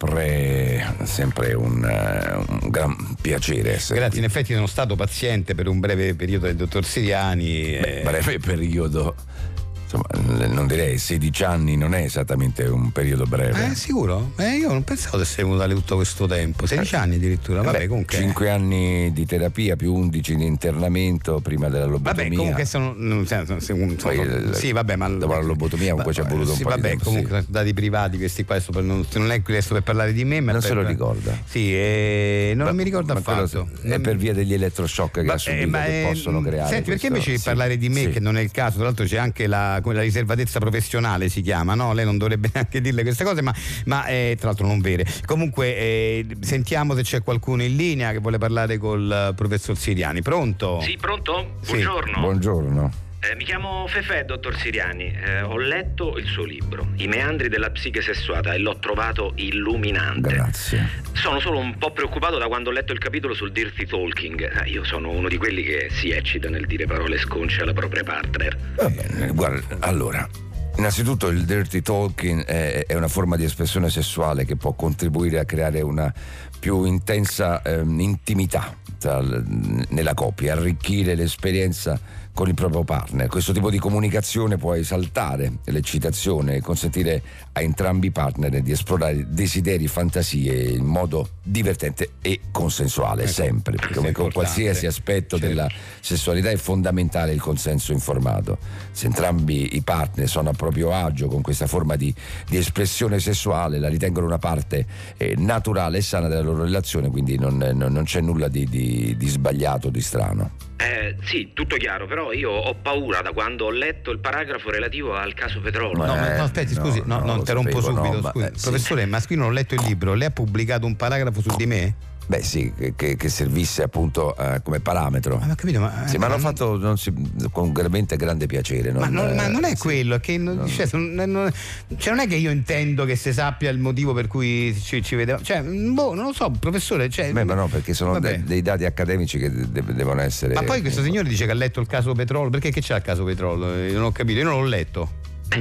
sempre, sempre un, eh, un gran piacere essere
Grazie, in
qui.
effetti sono stato paziente per un breve periodo del dottor Siriani.
Beh,
eh,
breve periodo, insomma, non direi sedici anni, non è esattamente un periodo breve.
Eh, sicuro? Eh, io non pensavo di essere venuto da tutto questo tempo, sedici anni addirittura. Vabbè,
Beh,
comunque.
cinque anni di terapia più undici di internamento prima della lobotomia.
Vabbè, comunque sono, non, sono, sono,
Poi,
sono-
il-
sì, vabbè, ma
dopo la lobotomia comunque ci è voluto un
sì,
po' di
vabbè,
tempo,
comunque
sì.
sono dati privati questi qua, adesso per- non, non è qui adesso per parlare di me, ma
Non
per-
se lo ricorda.
Sì, eh, non
Ma-
mi ricordo
ma quello
affatto.
È
Non-
per via degli elettroshock che
Ma-
ha subito,
eh, ma,
che
eh,
possono creare.
Senti, perché
questo-
invece di
sì,
parlare di me,
sì.
che non è il caso, tra l'altro c'è anche la, come la riservatezza professionale, si chiama, no? Lei non dovrebbe neanche dirle queste cose, ma, ma eh, tra l'altro non vere. Comunque eh, sentiamo se c'è qualcuno in linea che vuole parlare col eh, professor Siriani. Pronto?
Sì, pronto?
Sì.
Buongiorno.
Buongiorno.
Eh, mi chiamo Fefè, dottor Siriani. Eh, ho letto il suo libro, I meandri della psiche sessuata, e l'ho trovato illuminante.
Grazie.
Sono solo un po' preoccupato da quando ho letto il capitolo sul dirty talking. Eh, io sono uno di quelli che si eccita nel dire parole sconce alla propria partner.
Va bene, guarda, allora, innanzitutto il dirty talking è, è una forma di espressione sessuale che può contribuire a creare una più intensa ehm, intimità tra l- nella coppia, arricchire l'esperienza con il proprio partner. Questo tipo di comunicazione può esaltare l'eccitazione e consentire a entrambi i partner di esplorare desideri, fantasie in modo divertente e consensuale,
Ecco,
sempre, perché come con
importante.
qualsiasi aspetto
Certo.
della sessualità è fondamentale il consenso informato. Se entrambi i partner sono a proprio agio con questa forma di, di espressione sessuale, la ritengono una parte eh, naturale e sana della loro relazione, quindi non, non- non c'è nulla di, di- di sbagliato, di strano.
Eh, sì, tutto chiaro, però io ho paura da quando ho letto il paragrafo relativo al caso petrolio.
No, ma-
Eh,
no, aspetti,
no,
scusi, no,
no,
no,
lo
interrompo
sapevo,
subito.
no, ma-
scusi.
eh, sì.
Professore, ma qui non ho letto il libro, lei ha pubblicato un paragrafo su di me?
Beh sì, che, che- che servisse appunto eh, come parametro.
Ma ho capito, ma,
Sì, ma l'ho fatto non si- con veramente grande piacere.
Ma non,
eh,
ma non è
sì.
quello, è che non, cioè, non, non- cioè, non è che io intendo che si sappia il motivo per cui ci, ci vedevamo. Cioè, boh, non lo so, professore. Cioè,
Beh, ma no, perché sono
vabbè.
de- dei dati accademici che de- de- devono essere.
Ma poi questo signore dice che ha letto il caso petrolio. Perché che c'è il caso petrolio? Io non ho capito, io non l'ho letto.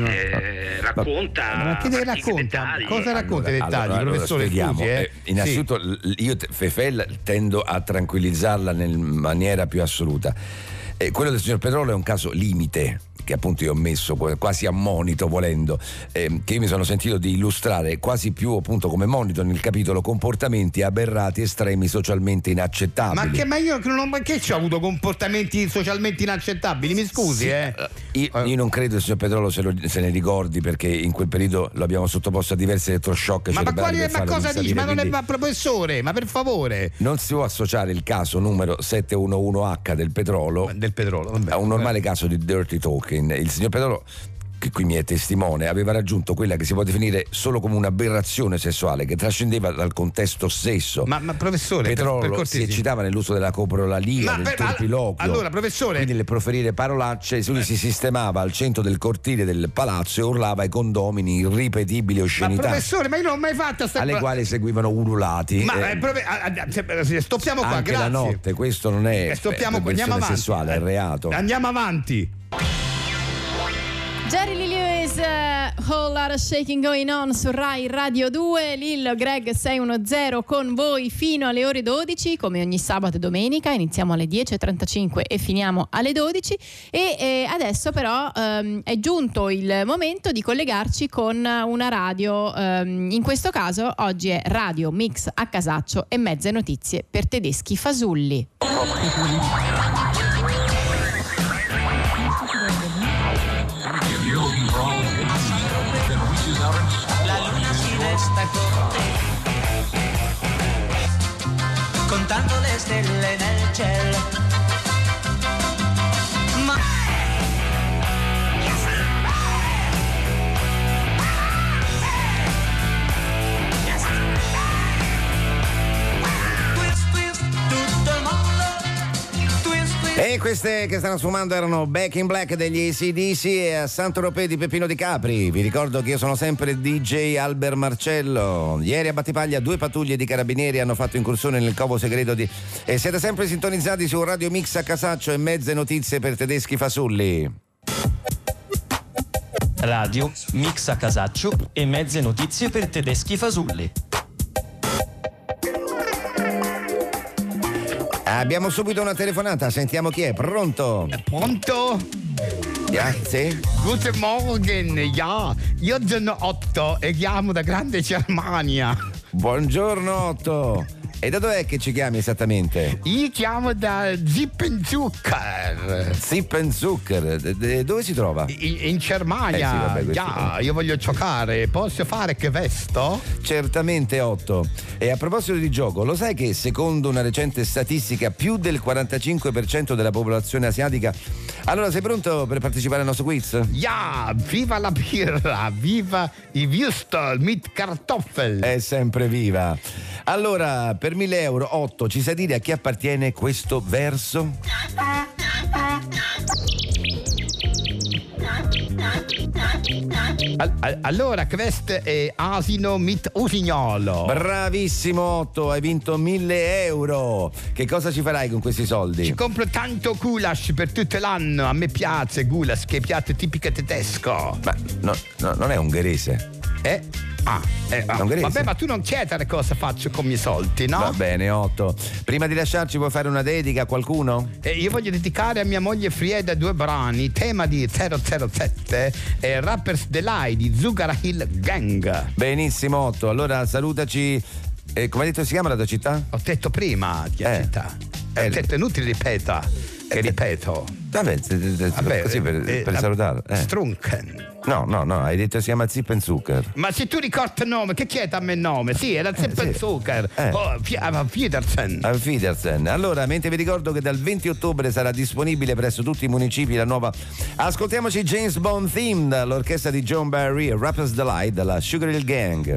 Eh, racconta.
Ma che deve
partiti
racconta?
dettagli.
Cosa racconta i dettagli,
Allora, allora,
professore?
spieghiamo.
Scusi, eh.
Eh, innanzitutto l- io te- Fefel tendo a tranquillizzarla in maniera più assoluta. Eh, quello del signor Petrollo è un caso limite, che appunto io ho messo quasi a monito volendo, eh, che io mi sono sentito di illustrare quasi più appunto come monito nel capitolo comportamenti aberrati, estremi, socialmente inaccettabili.
Ma che ma io non ma che ci ho avuto comportamenti socialmente inaccettabili, mi scusi,
sì,
eh.
Io, io non credo il signor Petrolo se, lo, se ne ricordi, perché in quel periodo lo abbiamo sottoposto a diversi elettroshock
ma, ma,
cerebrali.
quali, ma cosa dici? Ma non è ma professore, ma per favore.
Non si può associare il caso numero settecentoundici acca del petrolio,
del petrolio vabbè,
a un normale
vabbè.
caso di dirty talking. Il signor Petrolo, che qui mi è testimone, aveva raggiunto quella che si può definire solo come un'aberrazione sessuale che trascendeva dal contesto stesso.
Ma, ma professore,
Petrolo
per, per
si eccitava nell'uso della coprolalia, del
per,
turpiloquio.
Allora, professore,
quindi nel proferire parolacce, lui si sistemava al centro del cortile del palazzo e urlava ai condomini irripetibili oscenità.
Ma professore, ma io non ho mai fatto sta
alle quali seguivano ululati.
Ma
eh,
eh, profe- a, a, stoppiamo qua,
anche
grazie.
la notte, questo non è
eh, stoppiamo qua, andiamo avanti.
sessuale, è reato.
Andiamo avanti.
Jerry Lee Lewis, uh, Whole Lotta Shaking Going On su Rai Radio due, Lillo Greg sei uno zero con voi fino alle ore dodici, come ogni sabato e domenica. Iniziamo alle dieci e trentacinque e finiamo alle dodici. E eh, adesso però um, è giunto il momento di collegarci con una radio, um, in questo caso oggi è Radio Mix a Casaccio e mezze notizie per tedeschi fasulli.
La luna si resta con te, contando le stelle nel cielo. Ma twist, twist, tutto il mondo. Twist, twist.
E queste che stanno sfumando erano Back in Black degli A C D C e a Saint-Tropez di Peppino Di Capri. Vi ricordo che io sono sempre D J Albert Marcello. Ieri a Battipaglia due pattuglie di carabinieri hanno fatto incursione nel covo segreto di... E siete sempre sintonizzati su Radio Mix a Casaccio e mezze notizie per tedeschi fasulli.
Radio Mix a Casaccio e mezze notizie per tedeschi fasulli.
Abbiamo subito una telefonata, sentiamo chi è. Pronto?
Pronto?
Grazie.
Guten Morgen, ja, io sono Otto e chiamo da Grande Germania.
Buongiorno Otto. E da dov'è che ci chiami esattamente?
Io chiamo da Zippenzucker.
Zippenzucker, dove si trova?
In, in Germania.
Eh sì, vabbè,
ja, io voglio giocare. Posso fare che vesto?
Certamente Otto. E a proposito di gioco, lo sai che secondo una recente statistica più del quarantacinque per cento della popolazione asiatica... Allora sei pronto per partecipare al nostro quiz?
Ja, viva la birra, viva i Würstel mit Kartoffel.
È sempre viva. Allora, per mille euro, Otto, ci sai dire a chi appartiene questo verso?
All- all- allora, questo è asino mit usignolo.
Bravissimo Otto, hai vinto mille euro. Che cosa ci farai con questi soldi?
Ci compro tanto goulash per tutto l'anno. A me piace goulash, che è piatto tipico tedesco.
Ma no, no, non è ungherese.
Eh? Ah, eh, ah. Vabbè, ma tu non chiedere cosa faccio con i miei soldi, no?
Va bene, Otto. Prima di lasciarci vuoi fare una dedica a qualcuno?
Eh, io voglio dedicare a mia moglie Frieda due brani, tema di zero zero sette e Rappers Delight di Zugara Hill Gang.
Benissimo Otto, allora salutaci. Eh, come hai detto si chiama la tua città?
Ho detto prima di
eh.
città. Eh, ho detto inutile ripeta, che ripeto.
Vabbè, Vabbè così per,
eh,
per
eh,
salutare. Eh.
Strunken.
No, no, no, hai detto si chiama Zippenzucker.
Ma se tu ricordi il nome, che chiede a me il nome? Sì, era Zippenzucker.
Eh, sì.
Oh, F- Fiedersen.
A Fiedersen. Allora, mentre vi ricordo che dal venti ottobre sarà disponibile presso tutti i municipi la nuova. Ascoltiamoci James Bond Theme dall'orchestra di John Barry e Rappers Delight dalla Sugar Hill Gang.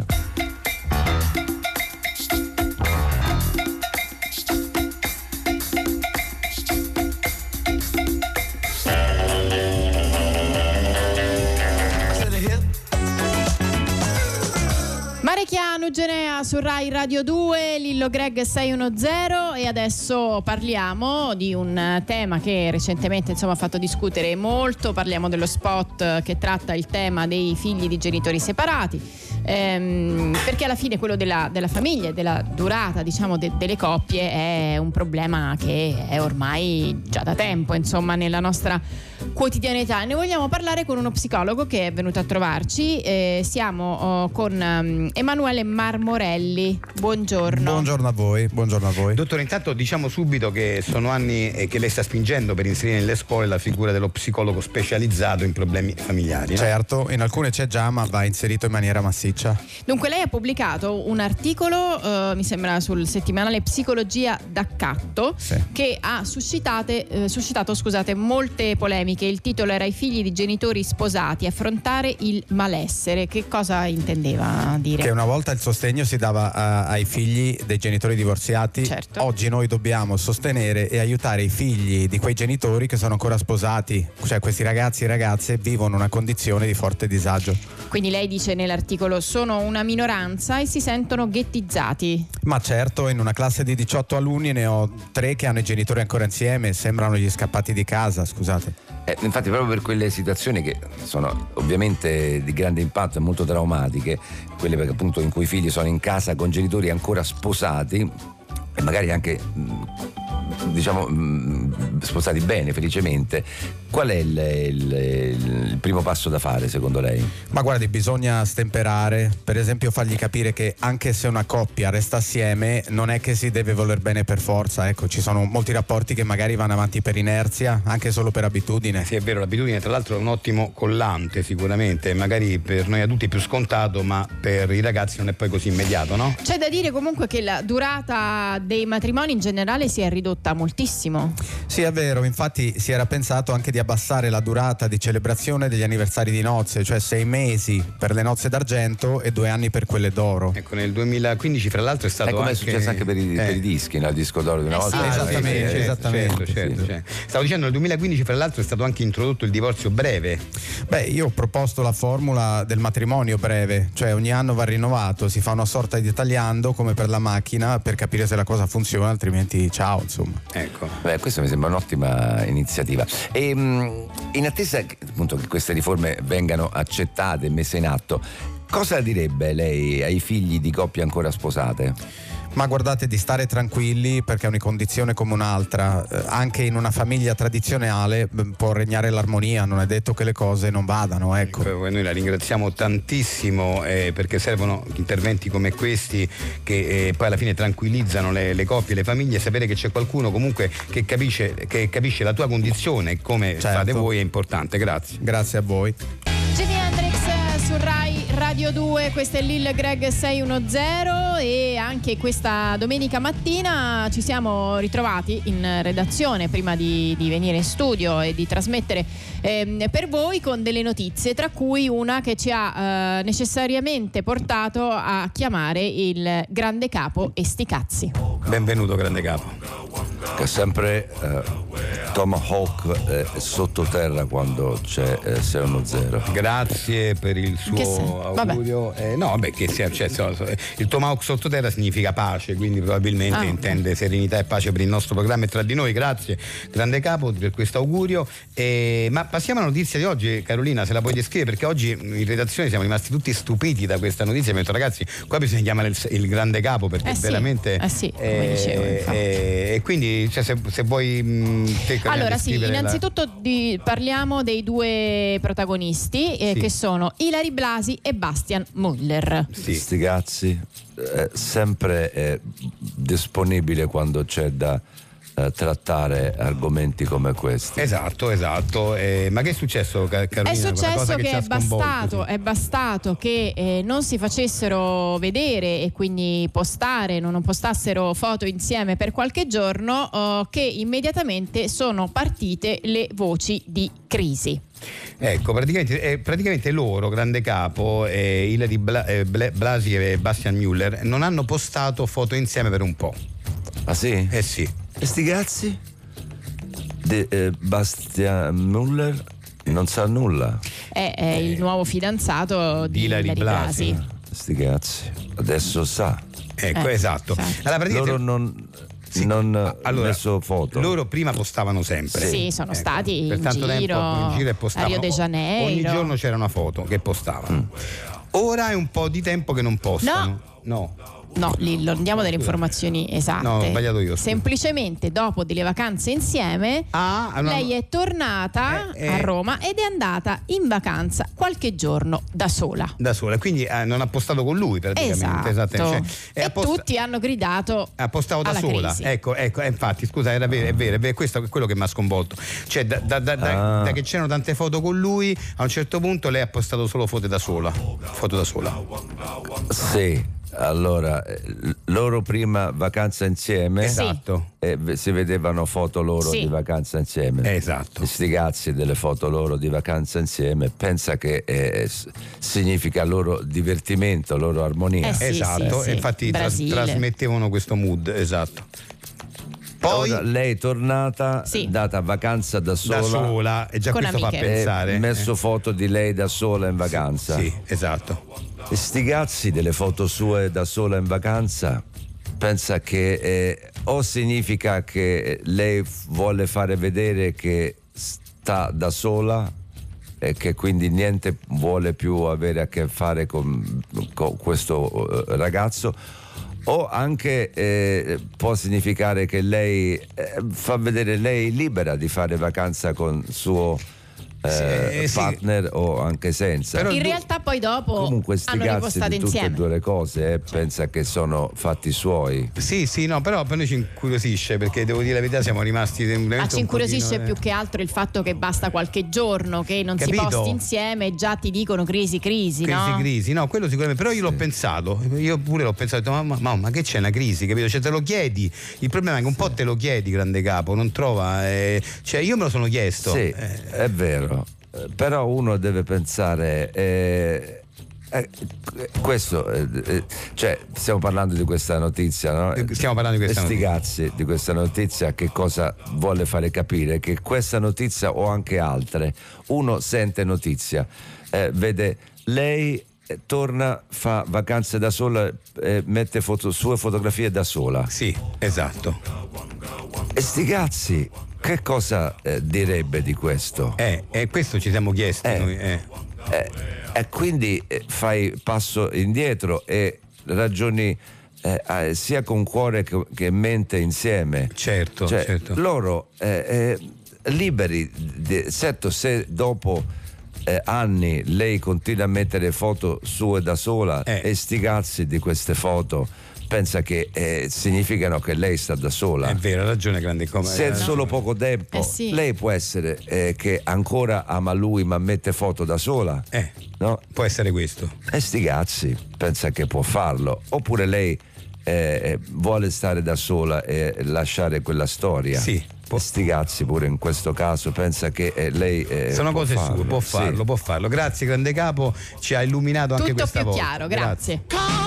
Marechiano Genea su Rai Radio due, Lillo Greg sei uno zero e adesso parliamo di un tema che recentemente insomma ha fatto discutere molto. Parliamo dello spot che tratta il tema dei figli di genitori separati, ehm, perché alla fine quello della, della famiglia e della durata diciamo de, delle coppie è un problema che è ormai già da tempo insomma nella nostra quotidianità. Ne vogliamo parlare con uno psicologo che è venuto a trovarci. Eh, siamo oh, con um, Emanuele Marmorelli. Buongiorno.
Buongiorno a voi, buongiorno a voi.
Dottore, intanto diciamo subito che sono anni eh, che lei sta spingendo per inserire nelle scuole la figura dello psicologo specializzato in problemi familiari. No?
Certo, in alcune c'è già, ma va inserito in maniera massiccia.
Dunque lei ha pubblicato un articolo, eh, mi sembra sul settimanale Psicologia d'accatto,
sì.
che ha suscitate, eh, suscitato scusate, molte polemiche. Il titolo era "I figli di genitori sposati, affrontare il malessere". Che cosa intendeva dire?
Che una volta il sostegno si dava a, ai figli dei genitori divorziati,
certo.
Oggi noi dobbiamo sostenere e aiutare i figli di quei genitori che sono ancora sposati, cioè questi ragazzi e ragazze vivono una condizione di forte disagio.
Quindi lei dice nell'articolo sono una minoranza e si sentono ghettizzati.
Ma certo, in una classe di diciotto alunni ne ho tre che hanno i genitori ancora insieme, sembrano gli scappati di casa, scusate.
Eh, infatti proprio per quelle situazioni che sono ovviamente di grande impatto e molto traumatiche, quelle perché appunto in cui i figli sono in casa con genitori ancora sposati e magari anche diciamo sposati bene, felicemente, qual è il, il, il primo passo da fare secondo lei?
Ma guardi, bisogna stemperare, per esempio fargli capire che anche se una coppia resta assieme non è che si deve voler bene per forza, ecco, ci sono molti rapporti che magari vanno avanti per inerzia, anche solo per abitudine.
Sì, è vero, l'abitudine tra l'altro è un ottimo collante sicuramente, magari per noi adulti è più scontato, ma per i ragazzi non è poi così immediato, no?
C'è da dire comunque che la durata dei matrimoni in generale si è ridotta moltissimo.
Sì, è vero, infatti si era pensato anche di abbassare la durata di celebrazione degli anniversari di nozze, cioè sei mesi per le nozze d'argento e due anni per quelle d'oro.
Ecco, nel duemilaquindici fra l'altro è stato
è come
anche...
è successo anche per i,
eh.
per i dischi, no? Il disco d'oro di una
eh
volta.
sì,
ah, esattamente,
sì, sì,
esattamente.
Certo, certo,
sì.
certo. Stavo dicendo nel duemilaquindici fra l'altro è stato anche introdotto il divorzio breve.
Beh, io ho proposto la formula del matrimonio breve, cioè ogni anno va rinnovato, si fa una sorta di tagliando come per la macchina per capire se la cosa funziona, altrimenti ciao, insomma.
Ecco.
Beh, questa mi sembra un'ottima iniziativa. E, mh, in attesa che, appunto, che queste riforme vengano accettate e messe in atto, cosa direbbe lei ai figli di coppie ancora sposate?
Ma guardate, di stare tranquilli perché è una condizione come un'altra, eh, anche in una famiglia tradizionale beh, può regnare l'armonia, non è detto che le cose non vadano, ecco.
Ecco, noi la ringraziamo tantissimo eh, perché servono interventi come questi che eh, poi alla fine tranquillizzano le, le coppie e le famiglie. Sapere che c'è qualcuno comunque che capisce, che capisce la tua condizione e come
certo.
fate voi è importante. Grazie.
Grazie a voi.
Jimi Hendrix su Rai Radio due, questo è Lil Greg sei uno zero e anche questa domenica mattina ci siamo ritrovati in redazione prima di, di venire in studio e di trasmettere eh, per voi con delle notizie, tra cui una che ci ha eh, necessariamente portato a chiamare il grande capo e sti cazzi.
Benvenuto grande capo.
Che sempre eh, Tomahawk è sottoterra quando c'è eh, sei uno zero.
Grazie per il suo augurio. Eh, no, beh, che sia, cioè, il Tomahawk sottoterra significa pace, quindi probabilmente ah, intende okay. serenità e pace per il nostro programma e tra di noi. Grazie, grande capo, per questo augurio. Eh, ma passiamo alla notizia di oggi, Carolina, se la puoi descrivere, perché oggi in redazione siamo rimasti tutti stupiti da questa notizia. Mi ho detto, ragazzi, qua bisogna chiamare il, il grande capo perché
eh
veramente.
Sì, eh sì, come
eh,
dicevo,
eh, e quindi, cioè, se, se vuoi. Mh, te,
allora, sì, innanzitutto la... di, parliamo dei due protagonisti eh,
sì.
che sono Ilary Blasi e Bastian Müller.
Sì. Sti cazzi, eh, sempre eh, disponibile quando c'è da eh, trattare argomenti come questi.
Esatto, esatto. Eh, ma che è successo, Carolina?
È successo che,
che
è, bastato, sì. è bastato che eh, non si facessero vedere e quindi postare, non postassero foto insieme per qualche giorno, oh, che immediatamente sono partite le voci di crisi.
Ecco, praticamente, eh, praticamente loro, grande capo, eh, Ilary Bla, eh, Blasi e Bastian Müller, non hanno postato foto insieme per un po'.
Ah sì?
Eh sì.
E sti cazzi? De, eh, Bastian Müller non sa nulla.
È, è eh, il nuovo fidanzato di
Ilary Blasi.
Blasi.
Sti cazzi, adesso sa.
Ecco,
eh,
esatto.
Allora,
praticamente...
Loro non...
Sì.
non
allora,
messo foto.
Loro prima postavano sempre.
Sì, sono
ecco,
stati
per
in
tanto
giro,
tempo in giro e postavano.
a Rio de Janeiro.
Ogni giorno c'era una foto che postavano. Mm. Ora è un po' di tempo che non postano.
No.
No.
No, lì non diamo delle informazioni esatte.
No, ho sbagliato io. Scusa.
Semplicemente dopo delle vacanze insieme,
ah, no,
lei è tornata
eh, eh.
a Roma ed è andata in vacanza qualche giorno da sola.
Da sola, quindi eh, non ha postato con lui praticamente.
Esatto.
Cioè,
e
apposta-
tutti hanno gridato
appostavo da
alla
sola.
crisi.
Ecco, ecco, eh, infatti, scusa, era vero, è vero, è vero, questo è quello che mi ha sconvolto. Cioè, da, da, da, da,
Ah.
da che c'erano tante foto con lui, a un certo punto lei ha postato solo foto da sola. Foto da sola.
Sì. Allora, eh, loro prima vacanza insieme,
esatto,
e si vedevano foto loro
Sì.
di vacanza insieme,
esatto.
Sti cazzi delle foto loro di vacanza insieme, pensa che eh, s- significa loro divertimento, loro armonia.
Eh sì,
esatto,
sì, sì.
e infatti tras-
Brasile.
trasmettevano questo mood, esatto. Poi
Ora lei è tornata,
Sì.
data a vacanza da sola,
da sola, e già
Con
questo
amiche.
fa pensare.
e messo
eh.
foto di lei da sola in vacanza.
Sì, esatto.
E sti cazzi delle foto sue da sola in vacanza, pensa che eh, o significa che lei f- vuole fare vedere che sta da sola e che quindi niente vuole più avere a che fare con, con questo eh, ragazzo, o anche eh, può significare che lei eh, fa vedere lei libera di fare vacanza con suo eh,
Sì, sì.
partner o anche senza.
Però
In
du-
realtà poi dopo
Comunque sti
hanno
cazzi
ripostato
di tutte e
insieme.
due le cose, eh, pensa che sono fatti suoi.
Sì, sì, no, però per noi ci incuriosisce, perché devo dire la verità, siamo rimasti veramente
Ma
un
ci incuriosisce
pochino, eh.
più che altro il fatto che basta qualche giorno che non si
Capito?
posti insieme e già ti dicono crisi, crisi,
Crisi,
no?
crisi, no, quello sicuramente, però io l'ho pensato, io pure l'ho pensato, ho detto, mamma, mamma, ma che c'è una crisi, capito? Cioè te lo chiedi, il problema è che un po' te lo chiedi, grande capo, non trova, eh, cioè io me lo sono chiesto.
Sì,
eh,
è vero, Eh, però uno deve pensare, eh, eh, questo, eh, eh, cioè stiamo parlando di questa notizia, no?
Stiamo parlando di questa
E sti
notizia.
cazzi di questa notizia, che cosa vuole fare capire? Che questa notizia o anche altre, uno sente notizia, eh, vede lei eh, torna, fa vacanze da sola, eh, mette foto, sue fotografie da sola.
Sì, esatto.
E sti cazzi, che cosa eh, direbbe di questo?
Eh, e questo ci siamo chiesti
Eh.
noi. Eh.
Eh, e quindi eh, fai passo indietro e ragioni eh, eh, sia con cuore che, che mente insieme.
Certo,
Cioè,
certo.
loro eh, eh, liberi, di- certo, se dopo eh, anni lei continua a mettere foto sue da sola
Eh.
e sti cazzi di queste foto, pensa che eh, significano che lei sta da sola.
È vero, ha ragione, grande come.
Se è solo poco tempo,
Eh sì.
lei può essere eh, che ancora ama lui ma mette foto da sola,
Eh,
no?
può essere questo.
E sti cazzi, pensa che può farlo. Oppure lei eh, vuole stare da sola e lasciare quella storia.
Sì,
E sti cazzi pure in questo caso, pensa che eh, lei eh,
Sono
può
cose
farlo.
sue, può
Sì.
farlo, può farlo. Grazie, grande capo, ci ha illuminato anche
Tutto
questa
più
volta.
chiaro, grazie.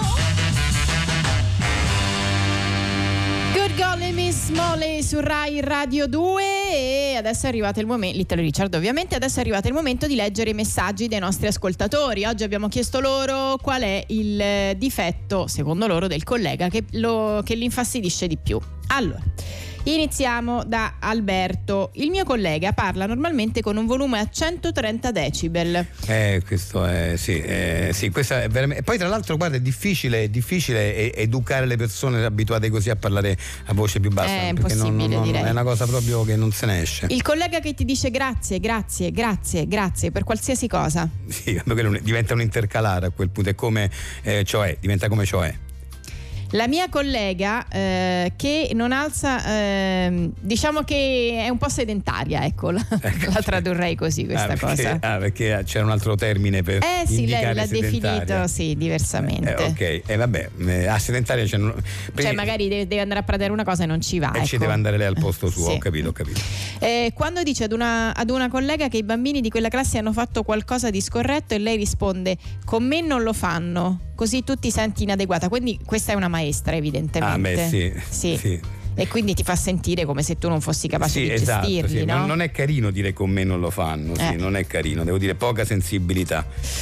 Good Golly Miss Molly su Rai Radio due, e adesso è arrivato il momento, Little Richard ovviamente, adesso è arrivato il momento di leggere i messaggi dei nostri ascoltatori. Oggi abbiamo chiesto loro qual è il eh, difetto, secondo loro, del collega che, lo, che li infastidisce di più. Allora, iniziamo da Alberto. Il mio collega parla normalmente con un volume a centotrenta decibel.
Eh, questo è sì, eh, sì, questa è veramente. Poi tra l'altro, guarda, è difficile, è difficile e- educare le persone abituate così a parlare a voce più bassa.
È
perché non-
impossibile,
non-
direi.
È una cosa proprio che non se ne esce.
Il collega che ti dice grazie, grazie, grazie, grazie per qualsiasi cosa.
Sì, quello diventa un intercalare a quel punto, è come eh, cioè, diventa come cioè.
La mia collega eh, che non alza, ehm, diciamo che è un po' sedentaria, ecco, la, la tradurrei così questa
ah, perché,
cosa.
ah, perché c'era un altro termine per
Eh sì, lei
indicare
l'ha
sedentaria.
definito sì, diversamente.
Eh, ok, e eh, vabbè, eh, a sedentaria cioè, non-
Cioè
perché-
magari deve, deve andare a praticare una cosa e non ci va.
e
ecco.
ci deve andare lei al posto suo,
Sì.
ho capito, ho capito.
Eh, quando dice ad una, ad una collega che i bambini di quella classe hanno fatto qualcosa di scorretto e lei risponde con me non lo fanno, così tu ti senti inadeguata, quindi questa è una maestra evidentemente.
Ah, beh, sì,
Sì.
sì.
e quindi ti fa sentire come se tu non fossi capace
sì,
di
esatto,
gestirli,
sì.
no?
non, non è carino dire con me non lo fanno, sì,
Eh.
non è carino, devo dire poca sensibilità.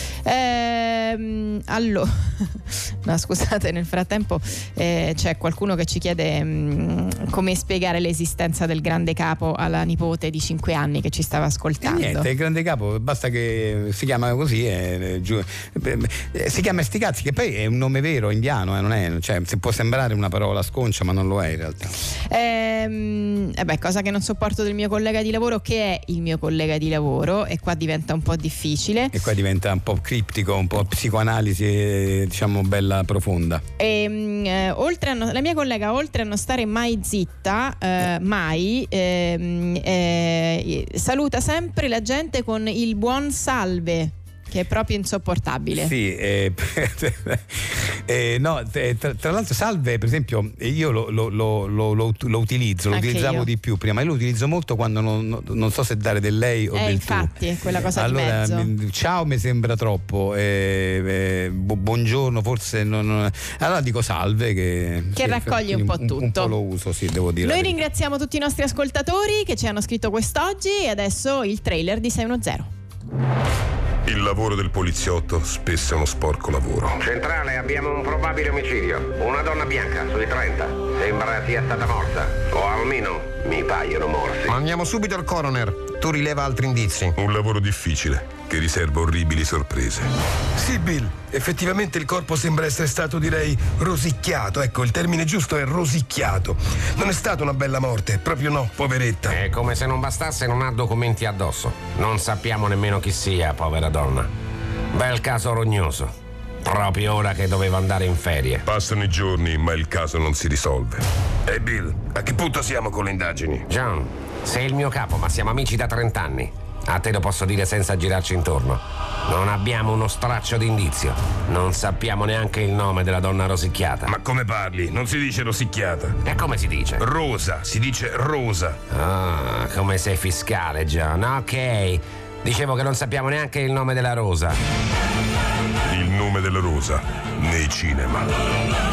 Ehm, allora, no, scusate, nel frattempo eh, c'è qualcuno che ci chiede mh, come spiegare l'esistenza del grande capo alla nipote di cinque anni che ci stava
E
ascoltando.
niente, il grande capo basta che si chiama così, eh, giù- eh, si chiama sti cazzi, che poi è un nome vero indiano, eh, non è, cioè, si può sembrare una parola sconcia ma non lo è in realtà.
Ehm, eh beh, cosa che non sopporto del mio collega di lavoro, che è il mio collega di lavoro, e qua diventa un po' difficile.
E qua diventa un po' criptico, un po' psicoanalisi, eh, diciamo bella profonda.
E, eh, oltre a no- la mia collega, oltre a non stare mai zitta, eh, mai ehm, eh, saluta sempre la gente con il buon salve, che è proprio insopportabile.
Sì, eh, eh, no, eh, tra, tra l'altro salve, per esempio, io lo, lo, lo, lo, lo, lo utilizzo, lo
Anche
utilizzavo
io.
di più prima, io lo utilizzo molto quando non, non so se dare del lei o
Eh,
del
infatti, è quella cosa
allora,
di mezzo.
mi- ciao mi sembra troppo, eh, eh, bu- buongiorno forse non, non- allora dico salve che,
Che
sì,
raccoglie un
quindi
po' tutto.
un po' lo uso, sì, devo dire.
Noi ringraziamo tutti i nostri ascoltatori che ci hanno scritto quest'oggi, e adesso il trailer di sei uno zero.
Il lavoro del poliziotto spesso è uno sporco lavoro.
Centrale, abbiamo un probabile omicidio. Una donna bianca, sui trenta. Sembra sia stata morta. O almeno mi paiono morti.
Andiamo subito al coroner. Tu rileva altri indizi. Un lavoro difficile, che riserva orribili sorprese.
Sì, Bill, effettivamente il corpo sembra essere stato, direi, rosicchiato. Ecco, il termine giusto è rosicchiato. Non è stata una bella morte, proprio no, poveretta.
È come se non bastasse, non ha documenti addosso. Non sappiamo nemmeno chi sia, povera donna. Bel caso rognoso. Proprio ora che doveva andare in ferie.
Passano i giorni, ma il caso non si risolve. E Bill, a che punto siamo con le indagini?
John, sei il mio capo, ma siamo amici da trent'anni. A te lo posso dire senza girarci intorno. Non abbiamo uno straccio di indizio. Non sappiamo neanche il nome della donna rosicchiata.
Ma come parli? Non si dice rosicchiata.
E come si dice?
Rosa, si dice rosa.
Ah, come sei fiscale, John. Ok. Dicevo che non sappiamo neanche il nome della rosa.
Il nome della rosa nei cinema.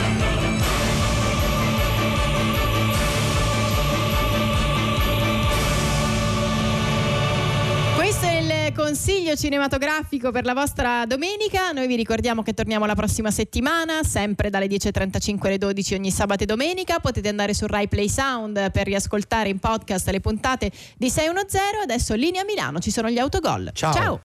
Questo è il consiglio cinematografico per la vostra domenica. Noi vi ricordiamo che torniamo la prossima settimana, sempre dalle dieci e trentacinque alle dodici ogni sabato e domenica. Potete andare su Rai Play Sound per riascoltare in podcast le puntate di sei uno zero. Adesso linea Milano, ci sono gli autogol.
Ciao.
Ciao.